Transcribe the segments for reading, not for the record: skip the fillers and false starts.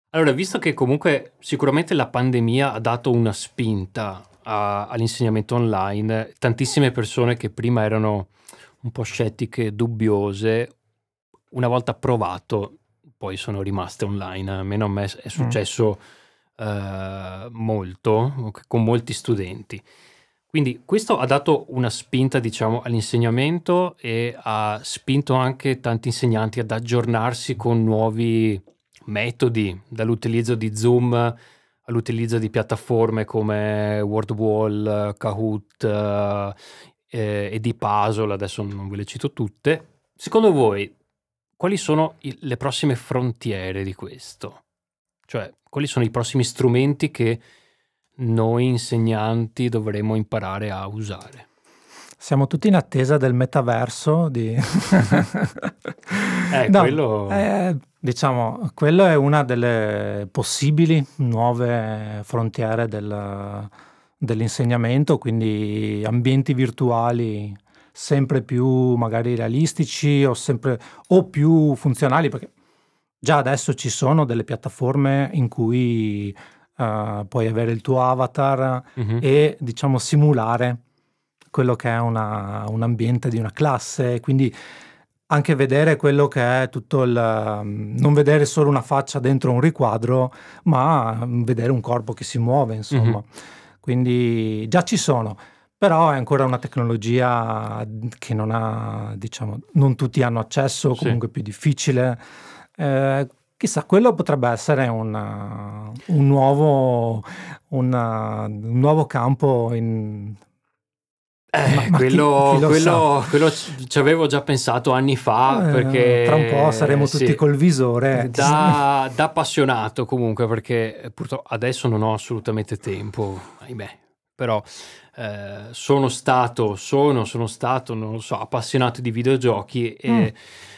Allora, visto che comunque sicuramente la pandemia ha dato una spinta all'insegnamento online, tantissime persone che prima erano un po' scettiche, dubbiose, una volta provato, poi sono rimaste online. Almeno a me è Mm. successo molto, con molti studenti. Quindi questo ha dato una spinta, diciamo, all'insegnamento e ha spinto anche tanti insegnanti ad aggiornarsi con nuovi metodi, dall'utilizzo di Zoom all'utilizzo di piattaforme come WordWall, Kahoot e di Puzzle, adesso non ve le cito tutte. Secondo voi, quali sono le prossime frontiere di questo? Cioè, quali sono i prossimi strumenti che noi insegnanti dovremo imparare a usare? Siamo tutti in attesa del metaverso No, Quello... diciamo, quello è una delle possibili nuove frontiere dell'insegnamento, quindi ambienti virtuali sempre più magari realistici o più funzionali, perché già adesso ci sono delle piattaforme in cui puoi avere il tuo avatar Mhm. e, diciamo, simulare quello che è un ambiente di una classe, quindi anche vedere quello che è tutto non vedere solo una faccia dentro un riquadro, ma vedere un corpo che si muove, insomma. Mhm. Quindi già ci sono, però è ancora una tecnologia che non ha, diciamo, non tutti hanno accesso, Sì. comunque è più difficile. Chissà, quello potrebbe essere un nuovo campo ma chi lo sa? Quello ci avevo già pensato anni fa, Tra un po' perché saremo tutti sì, col visore. da appassionato comunque, perché purtroppo adesso non ho assolutamente tempo, ahimè, però sono stato, non lo so, appassionato di videogiochi Mm, e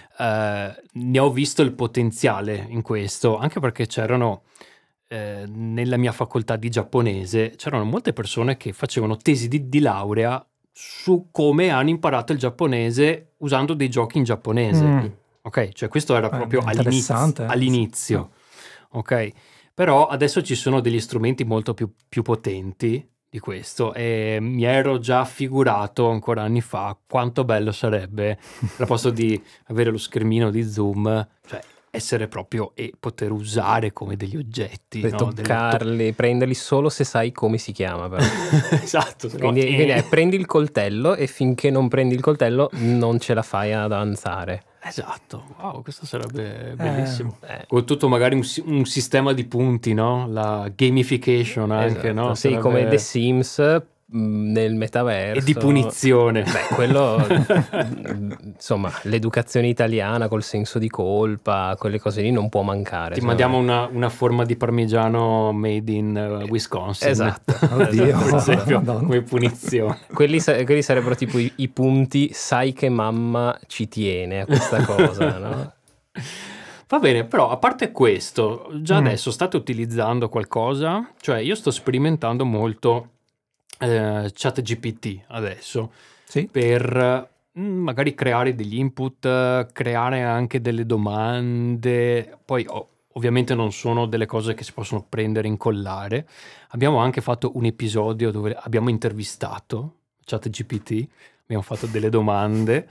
ne ho visto il potenziale in questo, anche perché c'erano nella mia facoltà di giapponese c'erano molte persone che facevano tesi di laurea su come hanno imparato il giapponese usando dei giochi in giapponese. mm. Ok, cioè questo era proprio Beh, interessante. Sì. all'inizio. Ok, però adesso ci sono degli strumenti molto più potenti di questo e mi ero già figurato ancora anni fa quanto bello sarebbe al posto di avere lo schermino di Zoom, cioè essere proprio e poter usare come degli oggetti, Per no? toccarli, prenderli solo se sai come si chiama, però. Esatto, se no, Quindi prendi il coltello e finché non prendi il coltello non ce la fai ad avanzare. Esatto, wow, questo sarebbe Eh, bellissimo. Con tutto magari un sistema di punti, no? La gamification anche, no? Esatto, sì, come The Sarebbe... Sims nel E metaverso. di punizione. Beh, quello, insomma, l'educazione italiana col senso di colpa, quelle cose lì non può mancare. Ti secondo mandiamo me. una forma di parmigiano made in Wisconsin. Esatto, Oddio, Per esempio, Madonna. come punizione. quelli sarebbero tipo i punti, sai che mamma ci tiene a questa cosa, no? Va bene, però a parte questo, già Mm, adesso state utilizzando qualcosa? Cioè io sto sperimentando molto ChatGPT adesso sì. per magari creare degli input, creare anche delle domande, poi ovviamente non sono delle cose che si possono prendere e incollare. Abbiamo anche fatto un episodio dove abbiamo intervistato ChatGPT, abbiamo fatto delle domande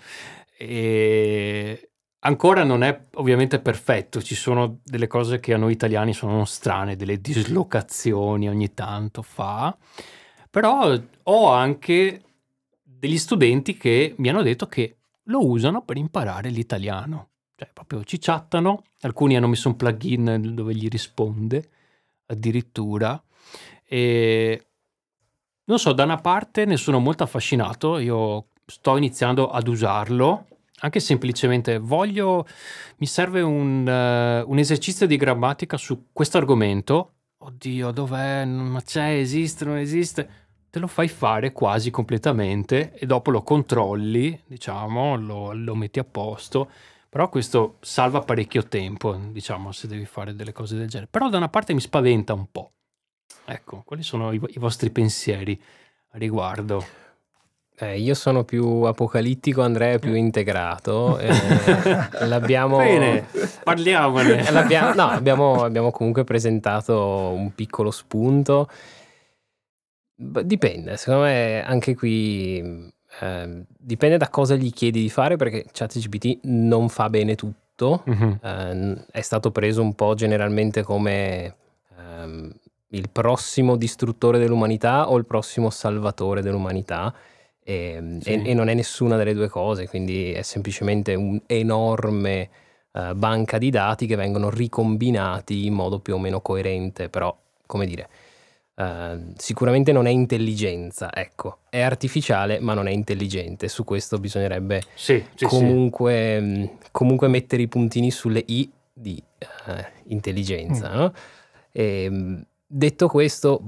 e ancora non è ovviamente perfetto, ci sono delle cose che a noi italiani sono strane, delle dislocazioni ogni tanto fa, però ho anche degli studenti che mi hanno detto che lo usano per imparare l'italiano, cioè proprio ci chattano, alcuni hanno messo un plugin dove gli risponde addirittura e non so, da una parte ne sono molto affascinato, io sto iniziando ad usarlo, anche semplicemente mi serve un esercizio di grammatica su questo argomento. Oddio, dov'è? Ma c'è, esiste, non esiste? Te lo fai fare quasi completamente e dopo lo controlli, diciamo, lo metti a posto. Però questo salva parecchio tempo, diciamo, se devi fare delle cose del genere. Però da una parte mi spaventa un po'. Ecco, quali sono i vostri pensieri a riguardo? Io sono più apocalittico, Andrea è più integrato. L'abbiamo Bene, parliamone. abbiamo comunque presentato un piccolo spunto. Dipende, secondo me anche qui dipende da cosa gli chiedi di fare, perché ChatGPT non fa bene tutto. È stato preso un po' generalmente come il prossimo distruttore dell'umanità o il prossimo salvatore dell'umanità. E non è nessuna delle due cose, quindi è semplicemente un'enorme banca di dati che vengono ricombinati in modo più o meno coerente, però, come dire, sicuramente non è intelligenza, ecco, è artificiale ma non è intelligente. Su questo bisognerebbe comunque mettere i puntini sulle i di intelligenza, no? Detto questo,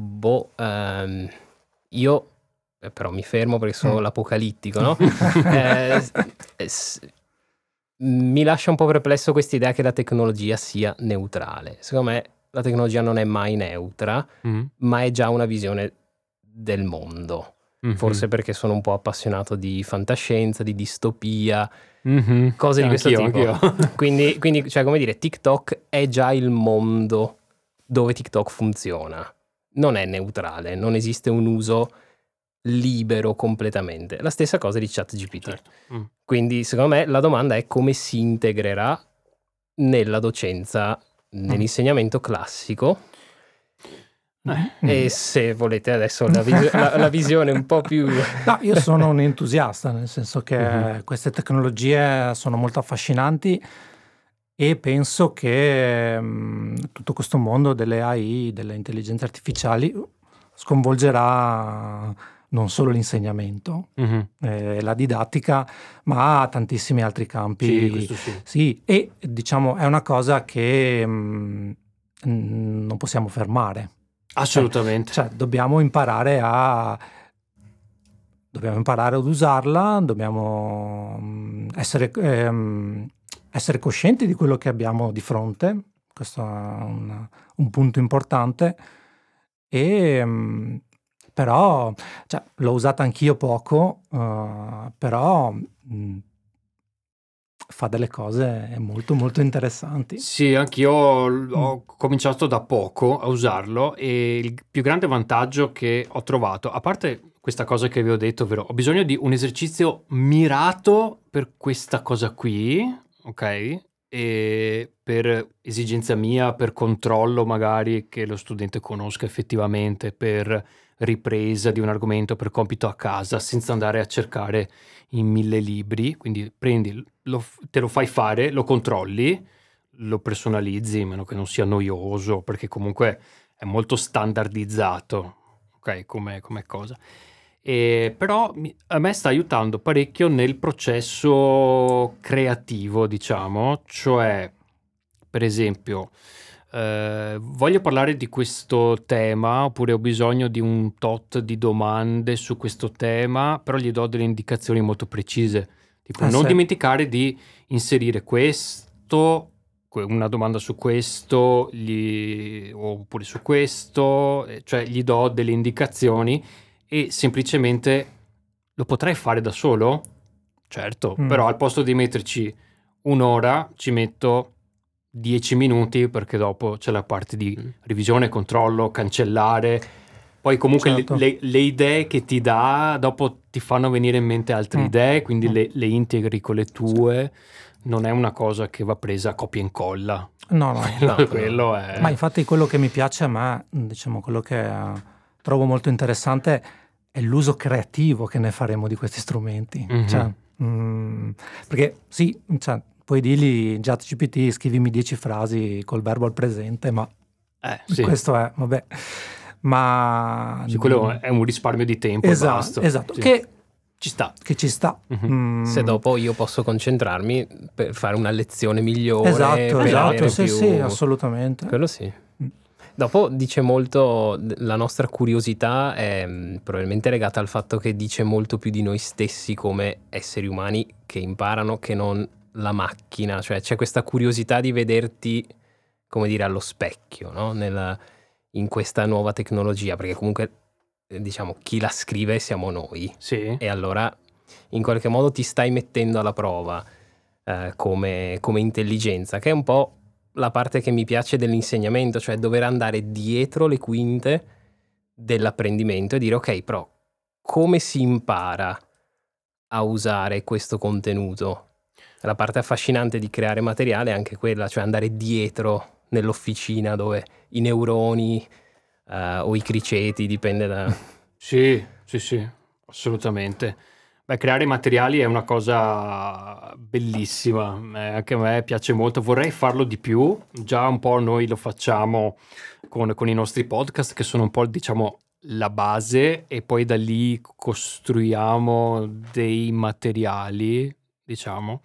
io però mi fermo perché sono l'apocalittico, no? Mi lascia un po' perplesso questa idea che la tecnologia sia neutrale. Secondo me la tecnologia non è mai neutra, ma è già una visione del mondo. Forse perché sono un po' appassionato di fantascienza, di distopia, cose di questo tipo. Quindi, cioè, come dire, TikTok è già il mondo dove TikTok funziona. Non è neutrale, non esiste un uso libero completamente. La stessa cosa di ChatGPT. Certo. Quindi secondo me la domanda è come si integrerà nella docenza, nell'insegnamento classico. E se volete adesso la visione un po' più... No, io sono un entusiasta, nel senso che queste tecnologie sono molto affascinanti e penso che tutto questo mondo delle AI, delle intelligenze artificiali, sconvolgerà non solo l'insegnamento, la didattica, ma tantissimi altri campi. Sì, questo sì. Sì, e diciamo è una cosa che non possiamo fermare. Assolutamente. Cioè, dobbiamo imparare ad usarla, dobbiamo essere coscienti di quello che abbiamo di fronte. Questo è un punto importante. E però, cioè, l'ho usata anch'io poco, però fa delle cose molto molto interessanti. Sì, anch'io ho cominciato da poco a usarlo e il più grande vantaggio che ho trovato, a parte questa cosa che vi ho detto, ovvero ho bisogno di un esercizio mirato per questa cosa qui, ok? E per esigenza mia, per controllo magari che lo studente conosca effettivamente, per ripresa di un argomento, per compito a casa, senza andare a cercare in 1000 libri. Quindi prendi, te lo fai fare, lo controlli, lo personalizzi, a meno che non sia noioso, perché comunque è molto standardizzato, ok, come cosa. Però a me sta aiutando parecchio nel processo creativo, diciamo, cioè, per esempio, voglio parlare di questo tema, oppure ho bisogno di un tot di domande su questo tema, però gli do delle indicazioni molto precise, tipo non dimenticare di inserire questo, una domanda su questo, oppure su questo, cioè gli do delle indicazioni e semplicemente lo potrei fare da solo? Certo, però al posto di metterci un'ora ci metto 10 minuti, perché dopo c'è la parte di revisione, controllo, cancellare. Poi comunque le idee che ti dà dopo ti fanno venire in mente altre idee, quindi le integri con le tue. Non è una cosa che va presa a copia e incolla. No. Quello è... Ma infatti quello che mi piace a me, diciamo, quello che trovo molto interessante è l'uso creativo che ne faremo di questi strumenti. Cioè, perché sì, cioè, puoi dirgli ChatGPT scrivimi 10 frasi col verbo al presente, ma questo è, vabbè. Ma sì, quello è un risparmio di tempo. Esatto. Sì. Che ci sta. Se dopo io posso concentrarmi per fare una lezione migliore. Esatto, sì, assolutamente. Quello sì. Dopo dice molto, la nostra curiosità è probabilmente legata al fatto che dice molto più di noi stessi come esseri umani che imparano che non la macchina. Cioè c'è questa curiosità di vederti, come dire, allo specchio, no? In questa nuova tecnologia, perché comunque diciamo, chi la scrive siamo noi. Sì. E allora in qualche modo ti stai mettendo alla prova come intelligenza, che è un po' la parte che mi piace dell'insegnamento, cioè dover andare dietro le quinte dell'apprendimento e dire ok, però come si impara a usare questo contenuto? La parte affascinante di creare materiale è anche quella, cioè andare dietro nell'officina dove i neuroni o i criceti, dipende da... Sì, assolutamente. Beh, creare materiali è una cosa bellissima, anche a me piace molto, vorrei farlo di più, già un po' noi lo facciamo con i nostri podcast che sono un po', diciamo, la base e poi da lì costruiamo dei materiali, diciamo.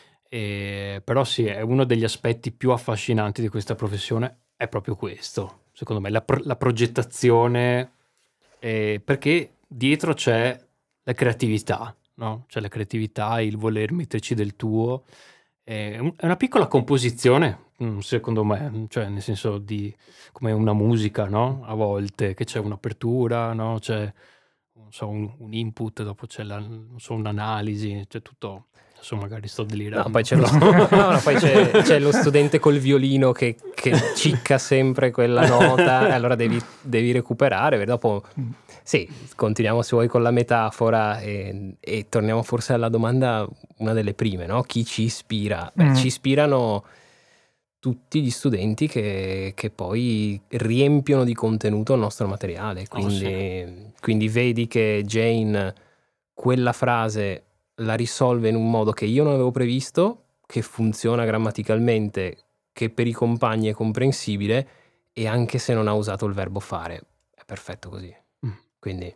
Però sì, è uno degli aspetti più affascinanti di questa professione, è proprio questo, secondo me, la progettazione, perché dietro c'è la creatività, no? C'è la creatività, il voler metterci del tuo, è una piccola composizione, secondo me, cioè nel senso di come una musica, no? A volte che c'è un'apertura, no? C'è non so, un input, dopo c'è non so, un'analisi, c'è tutto. Adesso magari sto delirando. No, poi poi c'è lo studente col violino che cicca sempre quella nota, e allora devi recuperare. Dopo, sì, continuiamo se vuoi con la metafora e torniamo forse alla domanda, una delle prime, no? Chi ci ispira? Beh, ci ispirano tutti gli studenti che poi riempiono di contenuto il nostro materiale. Quindi vedi che Jane quella frase la risolve in un modo che io non avevo previsto, che funziona grammaticalmente, che per i compagni è comprensibile, e anche se non ha usato il verbo fare, è perfetto così. Quindi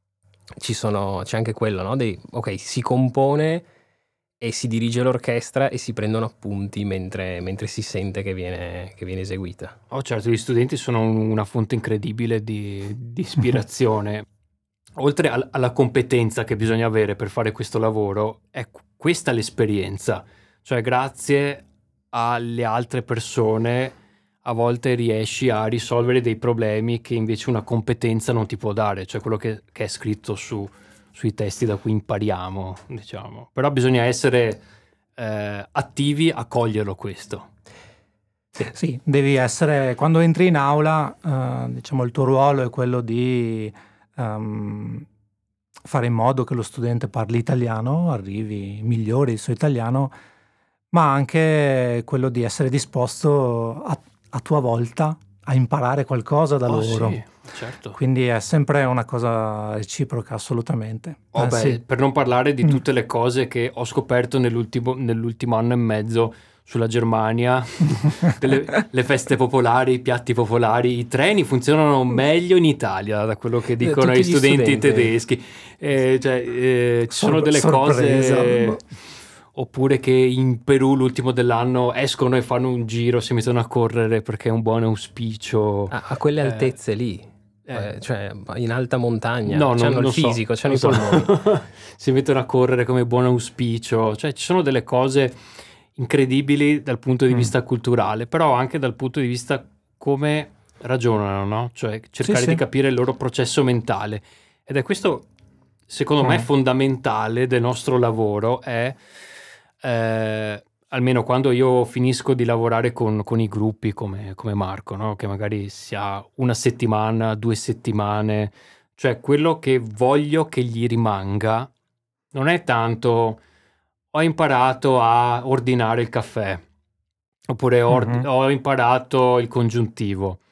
c'è anche quello, no? Ok, si compone e si dirige l'orchestra e si prendono appunti mentre si sente che viene eseguita. Oh, certo, gli studenti sono una fonte incredibile di ispirazione. Oltre alla competenza che bisogna avere per fare questo lavoro, è questa l'esperienza. Cioè, grazie alle altre persone, a volte riesci a risolvere dei problemi che invece una competenza non ti può dare, cioè quello che è scritto sui testi da cui impariamo, diciamo. Però bisogna essere attivi a coglierlo questo. Sì, devi essere, quando entri in aula, diciamo il tuo ruolo è quello di fare in modo che lo studente parli italiano, arrivi migliori il suo italiano, ma anche quello di essere disposto a tua volta a imparare qualcosa da loro. Sì, certo. Quindi è sempre una cosa reciproca, assolutamente. Sì. Per non parlare di tutte le cose che ho scoperto nell'ultimo anno e mezzo sulla Germania, le feste popolari, i piatti popolari, i treni funzionano meglio in Italia, da quello che dicono i studenti tedeschi. Ci sono delle cose... Oppure che in Perù l'ultimo dell'anno escono e fanno un giro, si mettono a correre perché è un buon auspicio. A quelle altezze lì, cioè in alta montagna, no, c'hanno il fisico, c'hanno i polmoni. Si mettono a correre come buon auspicio, cioè ci sono delle cose incredibili dal punto di vista culturale, però anche dal punto di vista come ragionano, no? Cioè cercare di capire il loro processo mentale. Ed è questo, secondo me, fondamentale del nostro lavoro, è almeno quando io finisco di lavorare con i gruppi come Marco, no? Che magari si ha una settimana, 2 settimane, cioè quello che voglio che gli rimanga non è tanto ho imparato a ordinare il caffè, oppure ho imparato il congiuntivo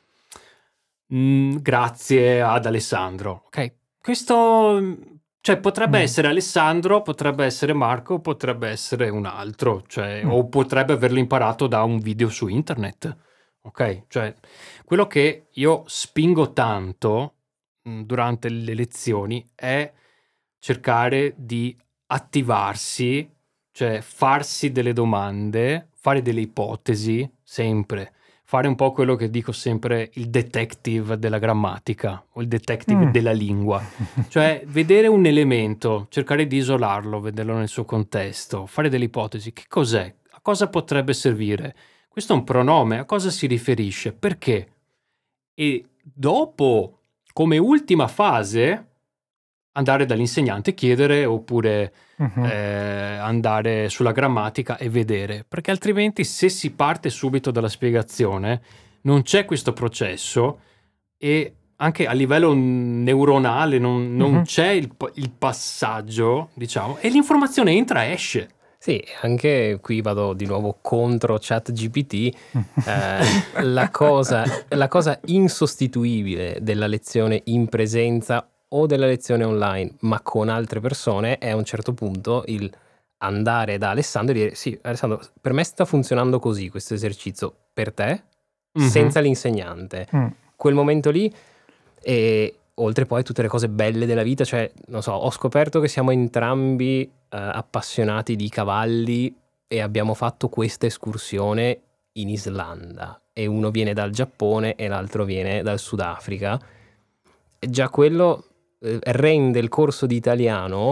grazie ad Alessandro. Ok, questo... Cioè potrebbe essere Alessandro, potrebbe essere Marco, potrebbe essere un altro, cioè, o potrebbe averlo imparato da un video su internet. Ok? Cioè, quello che io spingo tanto durante le lezioni è cercare di attivarsi, cioè farsi delle domande, fare delle ipotesi, sempre. Fare un po' quello che dico sempre, il detective della grammatica o il detective della lingua. Cioè vedere un elemento, cercare di isolarlo, vederlo nel suo contesto, fare delle ipotesi. Che cos'è? A cosa potrebbe servire? Questo è un pronome, a cosa si riferisce? Perché? E dopo come ultima fase andare dall'insegnante, chiedere, oppure andare sulla grammatica e vedere, perché altrimenti se si parte subito dalla spiegazione non c'è questo processo e anche a livello neuronale non c'è il passaggio, diciamo, e l'informazione entra e esce. Sì, anche qui vado di nuovo contro ChatGPT. La cosa insostituibile della lezione in presenza o della lezione online, ma con altre persone, è a un certo punto il andare da Alessandro e dire: sì, Alessandro, per me sta funzionando così questo esercizio, per te, senza l'insegnante. Quel momento lì, e oltre poi tutte le cose belle della vita, cioè, non so, ho scoperto che siamo entrambi appassionati di cavalli e abbiamo fatto questa escursione in Islanda, e uno viene dal Giappone e l'altro viene dal Sudafrica. E già quello rende il corso di italiano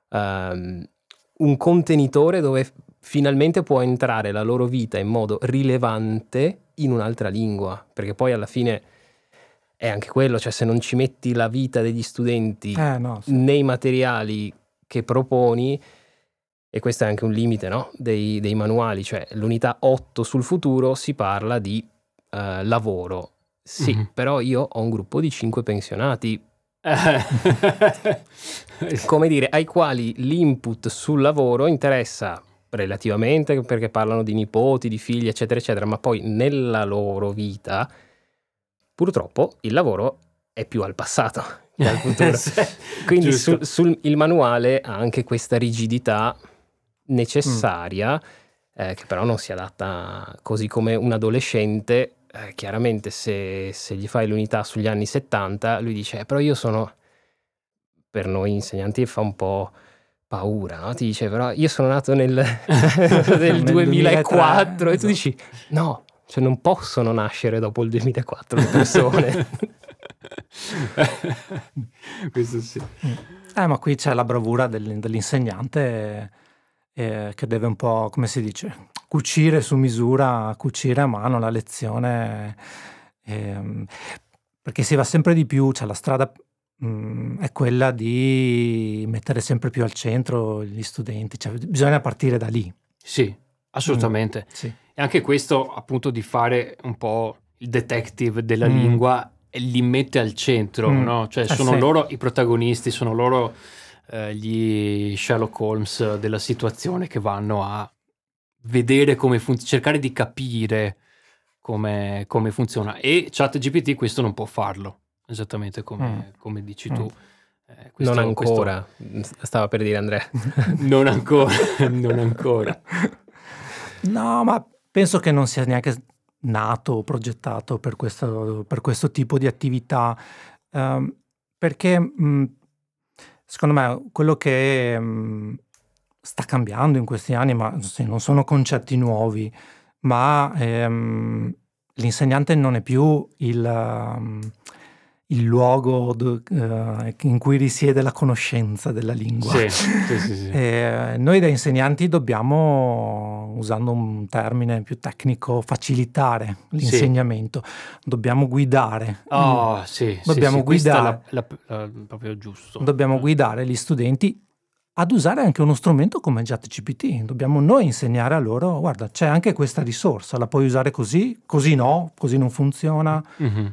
un contenitore dove finalmente può entrare la loro vita in modo rilevante in un'altra lingua, perché poi alla fine è anche quello, cioè se non ci metti la vita degli studenti nei materiali che proponi, e questo è anche un limite, no? dei manuali, cioè l'unità 8 sul futuro si parla di lavoro, sì, però io ho un gruppo di 5 pensionati, come dire, ai quali l'input sul lavoro interessa relativamente, perché parlano di nipoti, di figli, eccetera eccetera, ma poi nella loro vita purtroppo il lavoro è più al passato che al futuro. Quindi il manuale ha anche questa rigidità necessaria, che però non si adatta, così come un adolescente. Chiaramente se gli fai l'unità sugli anni 70, lui dice: però io sono, per noi insegnanti fa un po' paura, no? Ti dice: però io sono nato nel 2004, e tu dici: no, cioè non possono nascere dopo il 2004 le persone. Questo sì. Ma qui c'è la bravura dell'insegnante, che deve un po', come si dice, cucire su misura, cucire a mano la lezione, perché si va sempre di più, cioè la strada è quella di mettere sempre più al centro gli studenti, cioè bisogna partire da lì. Sì, assolutamente. Sì. E anche questo, appunto, di fare un po' il detective della lingua, e li mette al centro, no? Cioè sono loro i protagonisti, sono loro gli Sherlock Holmes della situazione, che vanno a vedere come cercare di capire come funziona, e ChatGPT questo non può farlo, esattamente come dici tu. Non ancora, stava per dire Andrea. Non ancora. No, ma penso che non sia neanche nato o progettato per questo tipo di attività, perché secondo me quello che sta cambiando in questi anni, ma sì, non sono concetti nuovi, ma l'insegnante non è più il luogo in cui risiede la conoscenza della lingua. Sì. Noi da insegnanti dobbiamo, usando un termine più tecnico, facilitare l'insegnamento. Dobbiamo guidare. Dobbiamo guidare. Proprio giusto. Dobbiamo guidare gli studenti ad usare anche uno strumento come ChatGPT. Dobbiamo noi insegnare a loro: guarda, c'è anche questa risorsa, la puoi usare così no, così non funziona.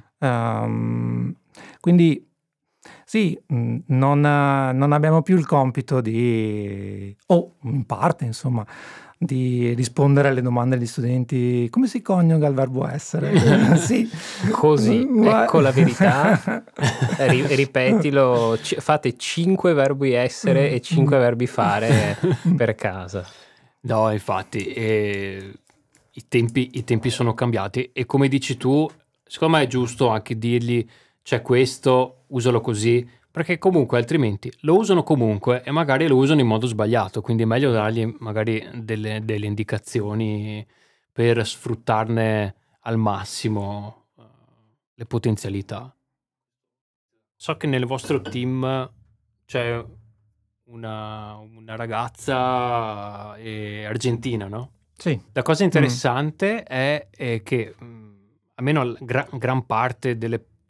Quindi sì, non abbiamo più il compito in parte, insomma, di rispondere alle domande degli studenti. Come si coniuga il verbo essere? Sì. Così, ecco la verità. Ripetilo, fate 5 verbi essere e 5 verbi fare per casa. No, infatti, i tempi sono cambiati, e come dici tu, secondo me è giusto anche dirgli: c'è questo, usalo così, perché comunque altrimenti lo usano comunque e magari lo usano in modo sbagliato, quindi è meglio dargli magari delle indicazioni per sfruttarne al massimo le potenzialità. So che nel vostro team c'è una ragazza argentina, no? Sì. La cosa interessante è che almeno gran parte delle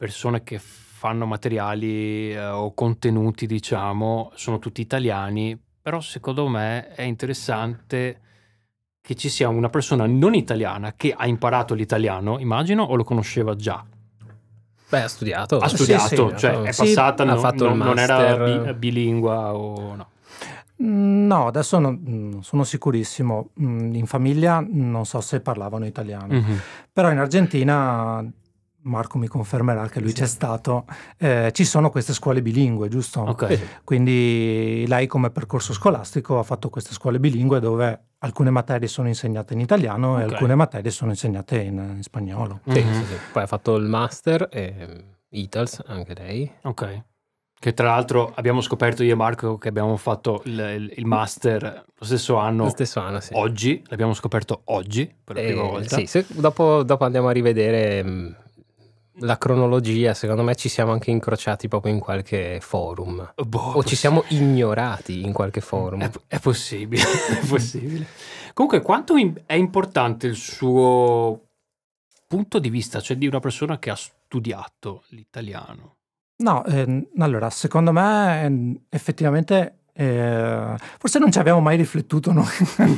persone che fanno materiali o contenuti, diciamo, sono tutti italiani, però secondo me è interessante che ci sia una persona non italiana che ha imparato l'italiano, immagino, o lo conosceva già? Beh, ha studiato. Ha studiato, Sì, cioè è Sì, passata, ha fatto il non era master. bilingua o no? No, adesso non sono sicurissimo. In famiglia non so se parlavano italiano, però in Argentina, Marco mi confermerà che lui Sì. c'è stato, ci sono queste scuole bilingue, giusto? Ok. Quindi lei come percorso scolastico ha fatto queste scuole bilingue dove alcune materie sono insegnate in italiano e Ok. alcune materie sono insegnate in spagnolo. Sì. Poi ha fatto il master e ITALS, anche lei. Ok. Che tra l'altro abbiamo scoperto io e Marco che abbiamo fatto il master lo stesso anno. Lo stesso anno, sì. Oggi, l'abbiamo scoperto oggi per la prima volta. Sì, dopo andiamo a rivedere la cronologia. Secondo me ci siamo anche incrociati proprio in qualche forum. O ci siamo ignorati in qualche forum. È possibile, è possibile. Comunque, quanto è importante il suo punto di vista, cioè di una persona che ha studiato l'italiano? No, allora, secondo me effettivamente forse non ci abbiamo mai riflettuto noi.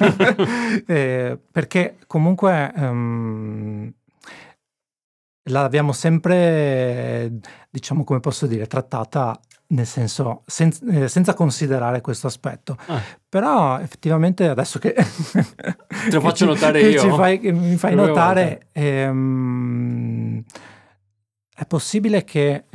Perché comunque l'abbiamo sempre, diciamo, come posso dire, trattata nel senso senza considerare questo aspetto. Però effettivamente adesso che te lo faccio notare che io, che mi fai notare, è possibile che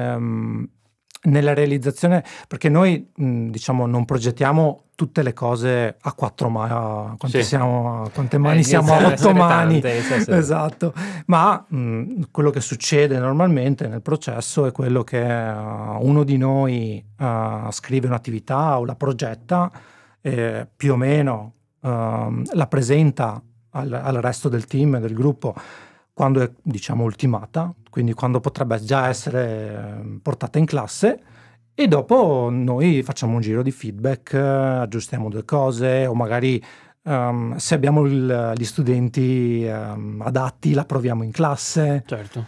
nella realizzazione, perché noi diciamo non progettiamo tutte le cose a quattro mani, quante mani siamo a 8 mani, esatto, ma quello che succede normalmente nel processo è quello che uno di noi scrive un'attività o la progetta, più o meno la presenta al resto del team, del gruppo, quando è, diciamo, ultimata, quindi quando potrebbe già essere portata in classe, e dopo noi facciamo un giro di feedback, aggiustiamo due cose, o magari se abbiamo gli studenti adatti la proviamo in classe. Certo.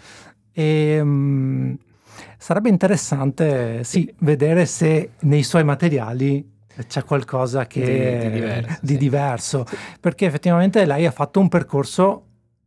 E sarebbe interessante, sì, vedere se nei suoi materiali c'è qualcosa che di diverso, perché effettivamente lei ha fatto un percorso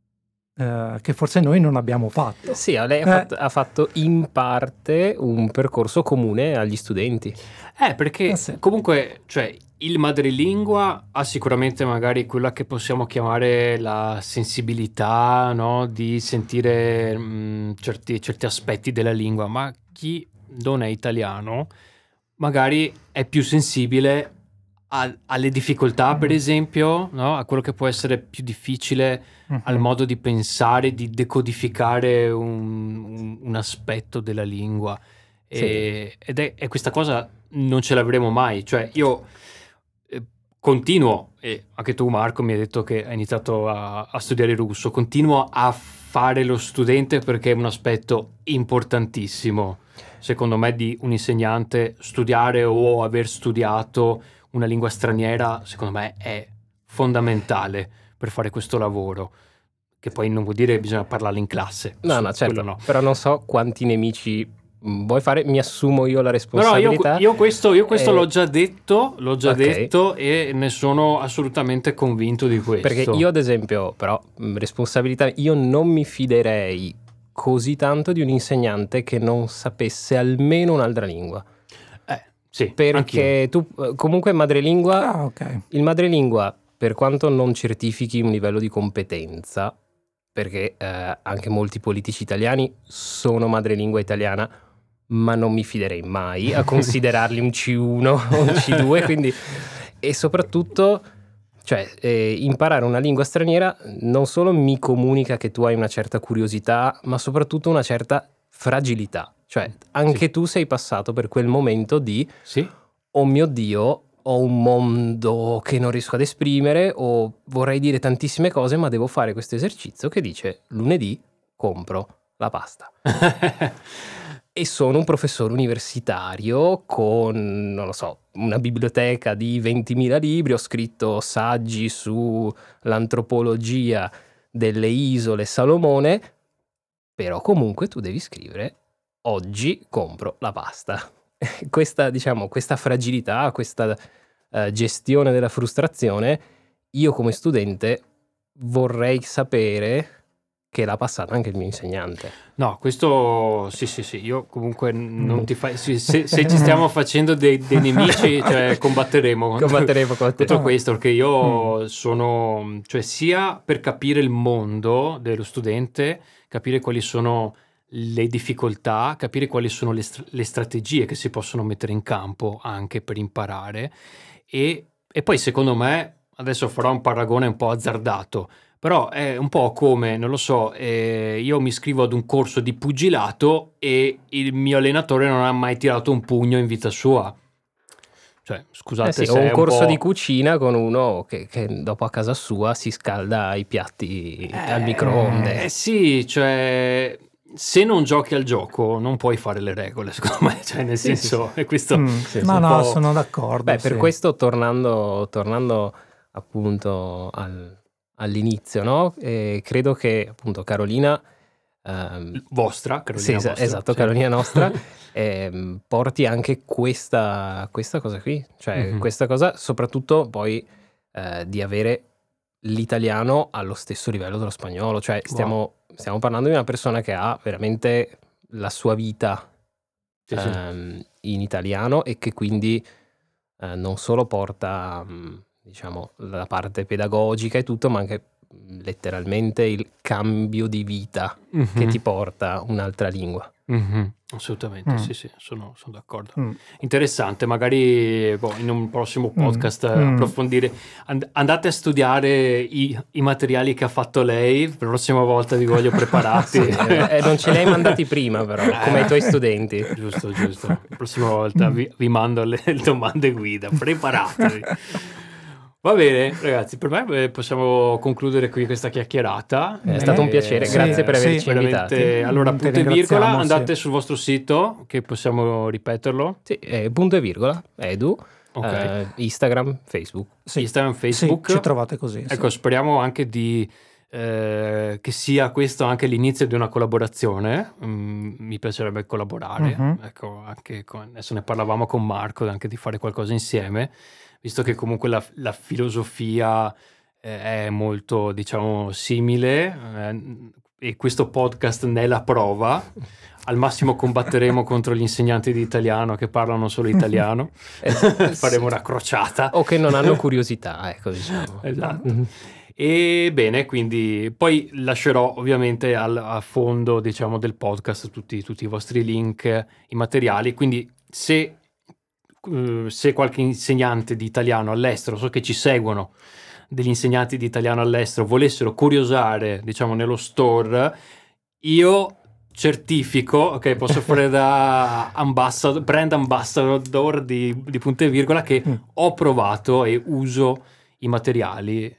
che forse noi non abbiamo fatto. Sì, lei ha fatto in parte un percorso comune agli studenti. Perché sì. Comunque, cioè, il madrelingua ha sicuramente magari quella che possiamo chiamare la sensibilità, no? Di sentire certi aspetti della lingua, ma chi non è italiano magari è più sensibile alle difficoltà, per esempio, no? A quello che può essere più difficile, al modo di pensare, di decodificare un aspetto della lingua. Sì. Ed è questa cosa non ce l'avremo mai. Cioè io continuo, e anche tu Marco mi hai detto che hai iniziato a studiare russo, continuo a fare lo studente perché è un aspetto importantissimo, secondo me, di un insegnante. Studiare o aver studiato una lingua straniera, secondo me, è fondamentale per fare questo lavoro, che poi non vuol dire che bisogna parlarla in classe. No, certo, no. Però non so quanti nemici vuoi fare, mi assumo io la responsabilità. No, io questo l'ho già detto, Okay. detto, e ne sono assolutamente convinto di questo. Perché io, ad esempio, però, responsabilità, io non mi fiderei così tanto di un insegnante che non sapesse almeno un'altra lingua. Sì, Perché tu comunque madrelingua, ok. il madrelingua, per quanto non certifichi un livello di competenza, perché anche molti politici italiani sono madrelingua italiana, ma non mi fiderei mai a considerarli un C1 o un C2, quindi, e soprattutto, cioè, imparare una lingua straniera non solo mi comunica che tu hai una certa curiosità, ma soprattutto una certa fragilità. Cioè, anche tu sei passato per quel momento di oh mio Dio, ho un mondo che non riesco ad esprimere, o vorrei dire tantissime cose, ma devo fare questo esercizio che dice lunedì compro la pasta. E sono un professore universitario con, non lo so, una biblioteca di 20.000 libri, ho scritto saggi sull'antropologia delle isole Salomone, però comunque tu devi scrivere oggi compro la pasta. Questa, diciamo, questa fragilità, questa gestione della frustrazione, io come studente vorrei sapere che l'ha passata anche il mio insegnante. No, questo sì, io comunque non ti fai... Se ci stiamo facendo dei nemici, cioè combatteremo contro questo, perché io sono... Cioè sia per capire il mondo dello studente, capire quali sono le difficoltà, capire quali sono le strategie che si possono mettere in campo anche per imparare e poi secondo me, adesso farò un paragone un po' azzardato, però è un po' come, non lo so, io mi iscrivo ad un corso di pugilato e il mio allenatore non ha mai tirato un pugno in vita sua. Cioè, scusate se o un è corso po'... di cucina con uno che dopo a casa sua si scalda i piatti al microonde. Sì, cioè... Se non giochi al gioco non puoi fare le regole, secondo me, cioè nel senso è questo. No, sono d'accordo. Beh, per questo tornando appunto all'inizio, no? Credo che appunto Carolina vostra, Carolina vostra, esatto, sì. Carolina nostra porti anche questa cosa qui, cioè questa cosa soprattutto poi di avere l'italiano allo stesso livello dello spagnolo, cioè stiamo parlando di una persona che ha veramente la sua vita in italiano e che quindi non solo porta diciamo la parte pedagogica e tutto, ma anche letteralmente il cambio di vita che ti porta un'altra lingua. Assolutamente, sì, sono d'accordo. Interessante, magari in un prossimo podcast approfondire. Andate a studiare i materiali che ha fatto lei, per la prossima volta vi voglio preparati. Non ce li hai mandati prima però, come ai tuoi studenti. Giusto. La prossima volta vi mando le domande guida, preparatevi. Va bene, ragazzi, per me possiamo concludere qui questa chiacchierata. È stato un piacere, grazie per averci invitati. Allora, punto e virgola, andate sul vostro sito, che possiamo ripeterlo. Sì, punto e virgola, edu, Instagram, Facebook. Sì. Instagram, Facebook. Sì, ci trovate così. Ecco, speriamo anche che sia questo anche l'inizio di una collaborazione. Mi piacerebbe collaborare. Ecco, anche adesso ne parlavamo con Marco, anche di fare qualcosa insieme. Visto che comunque la filosofia è molto, diciamo, simile e questo podcast ne è la prova. Al massimo combatteremo contro gli insegnanti di italiano che parlano solo italiano. Faremo una crociata. O che non hanno curiosità, ecco, diciamo. Esatto. E bene, quindi poi lascerò ovviamente a fondo, diciamo, del podcast tutti i vostri link, i materiali. Quindi se qualche insegnante di italiano all'estero, so che ci seguono degli insegnanti di italiano all'estero, volessero curiosare, diciamo, nello store, io certifico, ok, posso fare da brand ambassador di punto e virgola, che ho provato e uso i materiali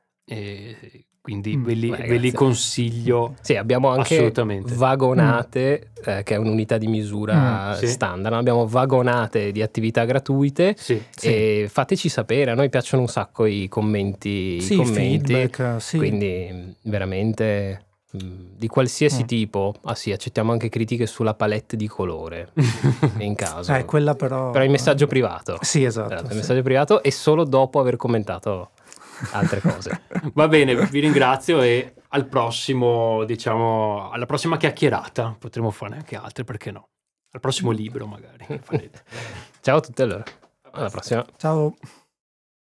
e quindi ve li consiglio. Sì, abbiamo anche assolutamente vagonate, che è un'unità di misura standard. Abbiamo vagonate di attività gratuite e fateci sapere, a noi piacciono un sacco i commenti, feedback, quindi veramente di qualsiasi tipo. Accettiamo anche critiche sulla palette di colore in caso. Quella però in messaggio privato. Sì, esatto. In messaggio privato e solo dopo aver commentato altre cose. Va bene, vi ringrazio e al prossimo, diciamo, alla prossima chiacchierata. Potremo fare anche altre, perché no? Al prossimo libro magari. Ciao a tutti allora. Alla prossima. Ciao.